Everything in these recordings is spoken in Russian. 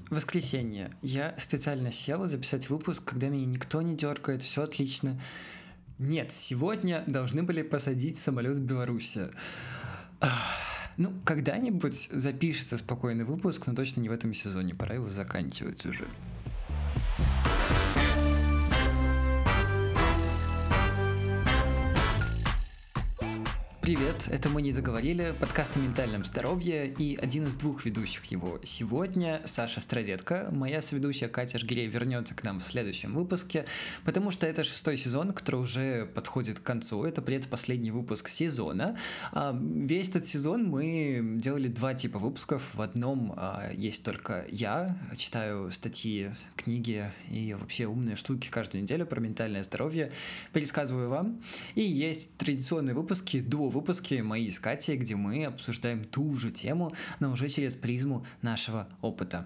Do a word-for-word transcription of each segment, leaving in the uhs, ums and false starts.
Воскресенье. Я специально сел записать выпуск, когда меня никто не дергает, все отлично. Нет, сегодня должны были посадить самолет в Беларуси. Ну, когда-нибудь запишется спокойный выпуск, но точно не в этом сезоне. Пора его заканчивать уже. Привет, это «Мы не договорили», подкаст о ментальном здоровье и один из двух ведущих его. Сегодня Саша Страдетко, моя соведущая Катя Жгирей вернется к нам в следующем выпуске, потому что это шестой сезон, который уже подходит к концу, это предпоследний выпуск сезона. Весь этот сезон мы делали два типа выпусков, в одном есть только я, читаю статьи, книги и вообще умные штуки каждую неделю про ментальное здоровье, пересказываю вам, и есть традиционные выпуски, дуо выпуски мои с Катей, где мы обсуждаем ту же тему, но уже через призму нашего опыта.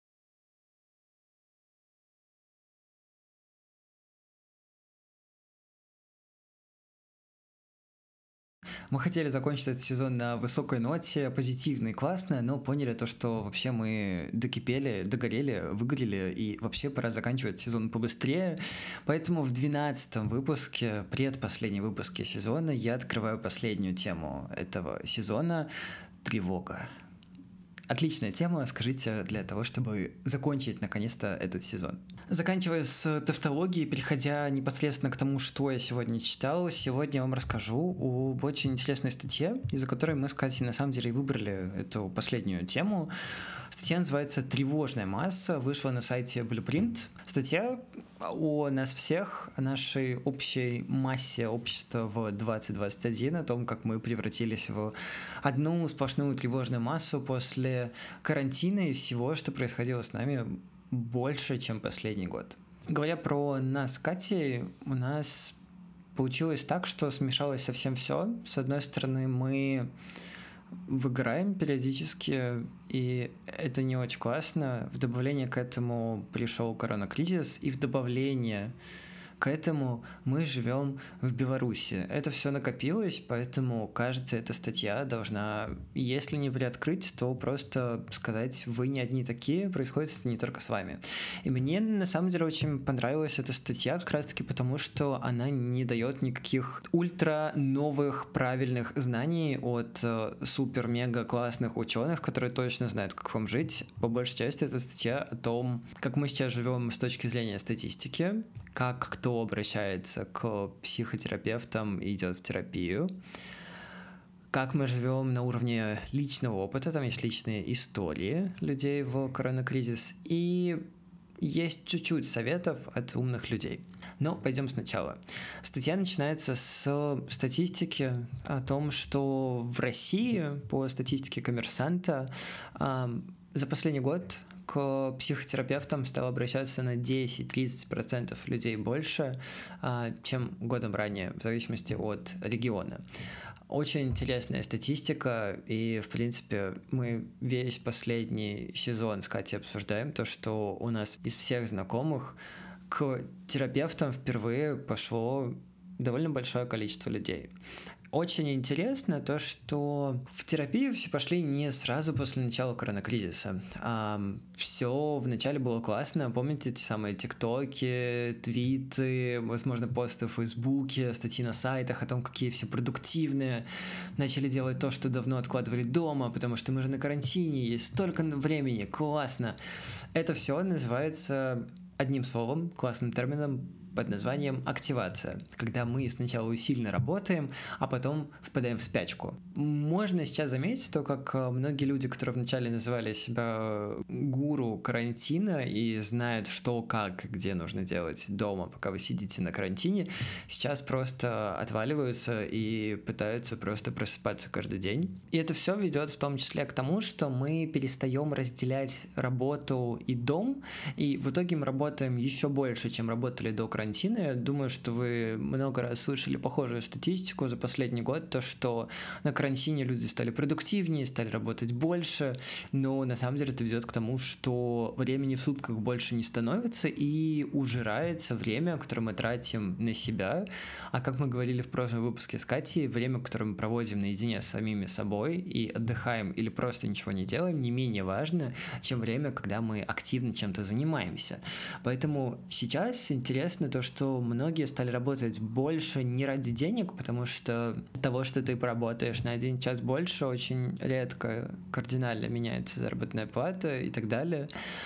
Мы хотели закончить этот сезон на высокой ноте, позитивной, классной, но поняли то, что вообще мы докипели, догорели, выгорели, и вообще пора заканчивать сезон побыстрее. Поэтому в двенадцатом выпуске, предпоследнем выпуске сезона, я открываю последнюю тему этого сезона — тревога. Отличная тема, скажите, для того, чтобы закончить наконец-то этот сезон. Заканчивая с тавтологией, переходя непосредственно к тому, что я сегодня читал, сегодня я вам расскажу об очень интересной статье, из-за которой мы с Катей на самом деле и выбрали эту последнюю тему. Статья называется «Тревожная масса», вышла на сайте Blueprint. Статья о нас всех, о нашей общей массе общества в двадцать двадцать один, о том, как мы превратились в одну сплошную тревожную массу после карантина и всего, что происходило с нами больше, чем последний год. Говоря про нас с Катей, у нас получилось так, что смешалось совсем все. С одной стороны, мы выгораем периодически, и это не очень классно. В добавление к этому пришел коронакризис, и в добавление к этому мы живем в Беларуси. Это все накопилось, поэтому, кажется, эта статья должна, если не приоткрыть, то просто сказать: вы не одни такие, происходит это не только с вами. И мне, на самом деле, очень понравилась эта статья как раз-таки потому, что она не дает никаких ультра новых правильных знаний от э, супер-мега классных ученых, которые точно знают, как вам жить. По большей части это статья о том, как мы сейчас живем с точки зрения статистики, как кто обращается к психотерапевтам и идет в терапию, как мы живем на уровне личного опыта, там есть личные истории людей в коронакризис, и есть чуть-чуть советов от умных людей. Но пойдем сначала. Статья начинается с статистики о том, что в России, по статистике «Коммерсанта», за последний год к психотерапевтам стало обращаться на десять-тридцать процентов людей больше, чем годом ранее, в зависимости от региона. Очень интересная статистика, и, в принципе, мы весь последний сезон с Катей обсуждаем то, что у нас из всех знакомых к терапевтам впервые пошло довольно большое количество людей. Очень интересно то, что в терапию все пошли не сразу после начала коронакризиса. А все вначале было классно. Помните эти самые тиктоки, твиты, возможно, посты в фейсбуке, статьи на сайтах о том, какие все продуктивные. Начали делать то, что давно откладывали дома, потому что мы же на карантине, есть столько времени, классно. Это все называется одним словом, классным термином, под названием активация, когда мы сначала усиленно работаем, а потом впадаем в спячку. Можно сейчас заметить то, как многие люди, которые вначале называли себя гуру карантина и знают, что, как, где нужно делать дома, пока вы сидите на карантине, сейчас просто отваливаются и пытаются просто просыпаться каждый день. И это все ведет в том числе к тому, что мы перестаем разделять работу и дом, и в итоге мы работаем еще больше, чем работали до карантина, карантина. Я думаю, что вы много раз слышали похожую статистику за последний год, то, что на карантине люди стали продуктивнее, стали работать больше, но на самом деле это ведет к тому, что времени в сутках больше не становится и ужирается время, которое мы тратим на себя. А как мы говорили в прошлом выпуске с Катей, время, которое мы проводим наедине с самими собой и отдыхаем или просто ничего не делаем, не менее важно, чем время, когда мы активно чем-то занимаемся. Поэтому сейчас интересно то, что многие стали работать больше не ради денег, потому что того, что ты поработаешь на один час больше, очень редко кардинально меняется заработная плата и так далее.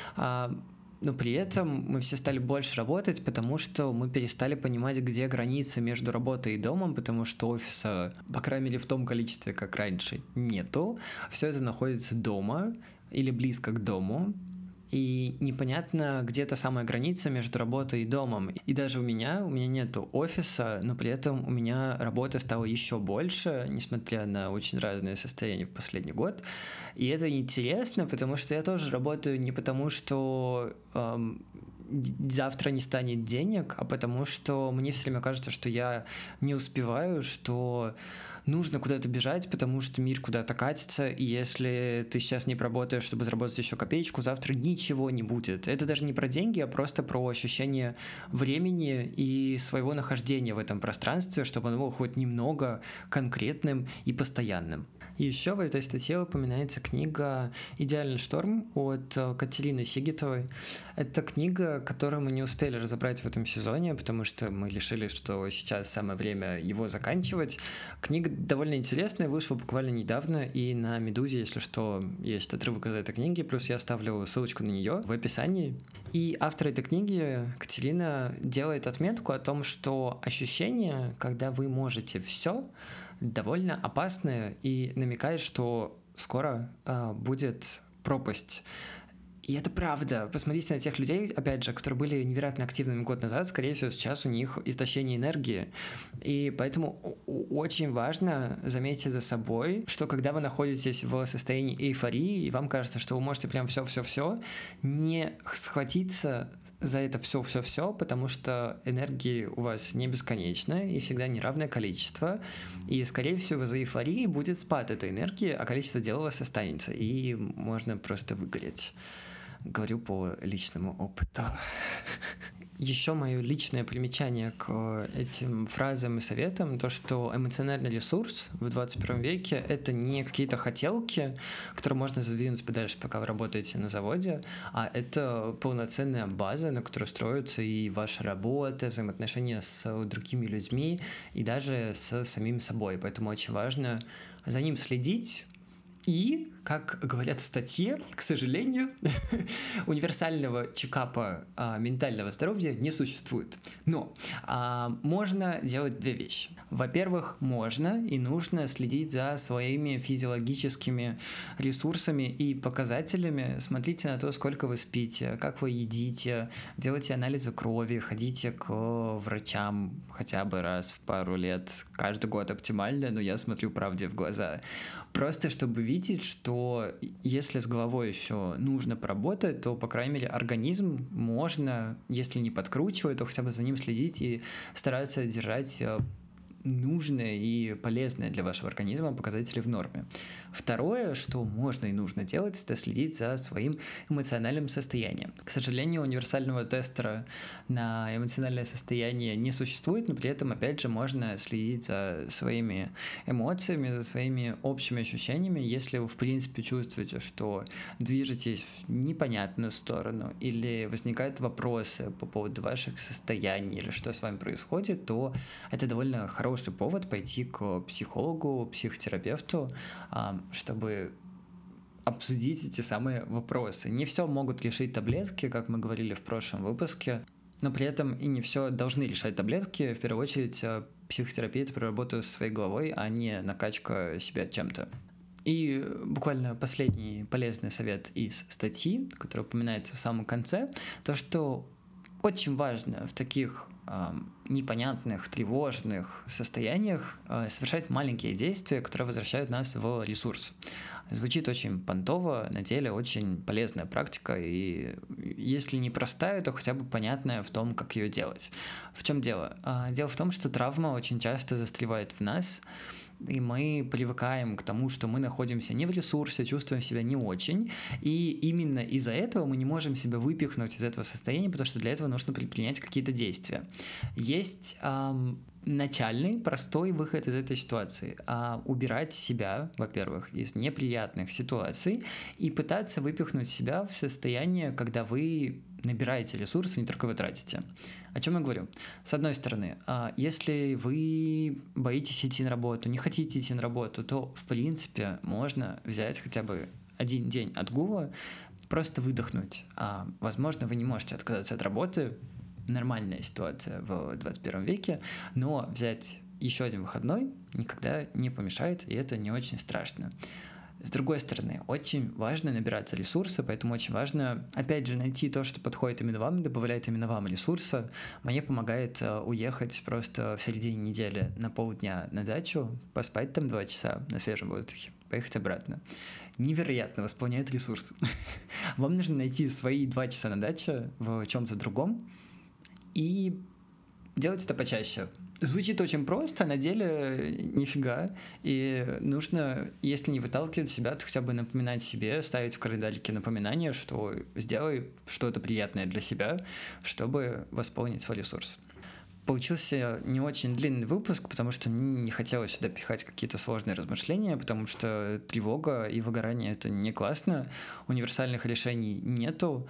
А Но при этом мы все стали больше работать, потому что мы перестали понимать, где граница между работой и домом, потому что офиса, по крайней мере, в том количестве, как раньше, нету. Все это находится дома или близко к дому. И непонятно, где та самая граница между работой и домом. И даже у меня, у меня нету офиса, но при этом у меня работы стало еще больше, несмотря на очень разные состояния в последний год. И это интересно, потому что я тоже работаю не потому, что эм, завтра не станет денег, а потому что мне все время кажется, что я не успеваю, что нужно куда-то бежать, потому что мир куда-то катится, и если ты сейчас не поработаешь, чтобы заработать еще копеечку, завтра ничего не будет. Это даже не про деньги, а просто про ощущение времени и своего нахождения в этом пространстве, чтобы оно было хоть немного конкретным и постоянным. И еще в этой статье упоминается книга «Идеальный шторм» от Катерины Сигитовой. Это книга, которую мы не успели разобрать в этом сезоне, потому что мы решили, что сейчас самое время его заканчивать. Книга довольно интересная, вышла буквально недавно, и на «Медузе», если что, есть отрывок из этой книги, плюс я оставлю ссылочку на нее в описании. И автор этой книги, Катерина, делает отметку о том, что ощущение, когда вы можете все, довольно опасное, и намекает, что скоро э, будет пропасть. И это правда. Посмотрите на тех людей, опять же, которые были невероятно активными год назад, скорее всего, сейчас у них истощение энергии. И поэтому очень важно заметить за собой, что когда вы находитесь в состоянии эйфории, и вам кажется, что вы можете прям все-все-все, не схватиться за это все-все-все, потому что энергии у вас не бесконечно и всегда неравное количество. И, скорее всего, за эйфорией будет спад этой энергии, а количество дел у вас останется, и можно просто выгореть. Говорю по личному опыту. Еще мое личное примечание к этим фразам и советам, то, что эмоциональный ресурс в двадцать первом веке — это не какие-то хотелки, которые можно задвинуть подальше, пока вы работаете на заводе, а это полноценная база, на которой строится и ваша работа, взаимоотношения с другими людьми и даже с самим собой. Поэтому очень важно за ним следить. И, как говорят в статье, к сожалению, универсального чекапа а, ментального здоровья не существует. Но а, можно делать две вещи. Во-первых, можно и нужно следить за своими физиологическими ресурсами и показателями. Смотрите на то, сколько вы спите, как вы едите, делайте анализы крови, ходите к врачам хотя бы раз в пару лет. Каждый год оптимально, но я смотрю правде в глаза. Просто чтобы видеть, что если с головой еще нужно поработать, то, по крайней мере, организм можно, если не подкручивать, то хотя бы за ним следить и стараться держать нужное и полезное для вашего организма показатели в норме. Второе, что можно и нужно делать, это следить за своим эмоциональным состоянием. К сожалению, универсального тестера на эмоциональное состояние не существует, но при этом, опять же, можно следить за своими эмоциями, за своими общими ощущениями, если вы, в принципе, чувствуете, что движетесь в непонятную сторону или возникают вопросы по поводу ваших состояний или что с вами происходит, то это довольно хороший хороший повод пойти к психологу, психотерапевту, чтобы обсудить эти самые вопросы. Не все могут решить таблетки, как мы говорили в прошлом выпуске, но при этом и не все должны решать таблетки. В первую очередь, психотерапия — это про работу со своей головой, а не накачка себя чем-то. И буквально последний полезный совет из статьи, который упоминается в самом конце, то, что очень важно в таких э, непонятных, тревожных состояниях э, совершать маленькие действия, которые возвращают нас в ресурс. Звучит очень понтово, на деле очень полезная практика, и если не простая, то хотя бы понятная в том, как ее делать. В чем дело? Э, дело в том, что травма очень часто застревает в нас, и мы привыкаем к тому, что мы находимся не в ресурсе, чувствуем себя не очень, и именно из-за этого мы не можем себя выпихнуть из этого состояния, потому что для этого нужно предпринять какие-то действия. Есть эм, начальный, простой выход из этой ситуации. Э, убирать себя, во-первых, из неприятных ситуаций и пытаться выпихнуть себя в состояние, когда вы набираете ресурсы, не только вы тратите. О чем я говорю? С одной стороны, если вы боитесь идти на работу, не хотите идти на работу, то, в принципе, можно взять хотя бы один день отгула, просто выдохнуть. А, возможно, вы не можете отказаться от работы, нормальная ситуация в двадцать первом веке, но взять еще один выходной никогда не помешает, и это не очень страшно. С другой стороны, очень важно набираться ресурса, поэтому очень важно, опять же, найти то, что подходит именно вам, добавляет именно вам ресурса. Мне помогает э, уехать просто в середине недели на полдня на дачу, поспать там два часа на свежем воздухе, поехать обратно. Невероятно восполняет ресурс. Вам нужно найти свои два часа на даче в чем-то другом и делать это почаще. Звучит очень просто, а на деле нифига. И нужно, если не выталкивать себя, то хотя бы напоминать себе, ставить в календарике напоминание, что сделай что-то приятное для себя, чтобы восполнить свой ресурс. Получился не очень длинный выпуск, потому что не хотелось сюда пихать какие-то сложные размышления, потому что тревога и выгорание — это не классно, универсальных решений нету,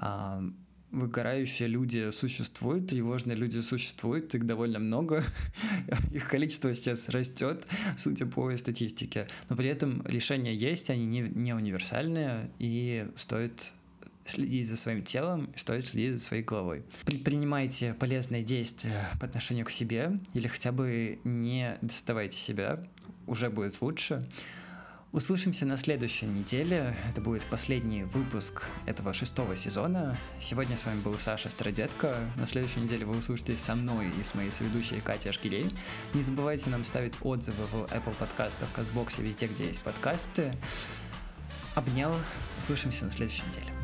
выгорающие люди существуют, тревожные люди существуют, их довольно много, их количество сейчас растет, судя по статистике, но при этом решения есть, они не, не универсальные, и стоит следить за своим телом, стоит следить за своей головой. Предпринимайте полезные действия по отношению к себе, или хотя бы не доставайте себя, уже будет лучше. Услышимся на следующей неделе. Это будет последний выпуск этого шестого сезона. Сегодня с вами был Саша Стародетко. На следующей неделе вы услышитесь со мной и с моей соведущей Катей Ашгирей. Не забывайте нам ставить отзывы в Apple подкастах, Кастбоксе, везде, где есть подкасты. Обнял. Услышимся на следующей неделе.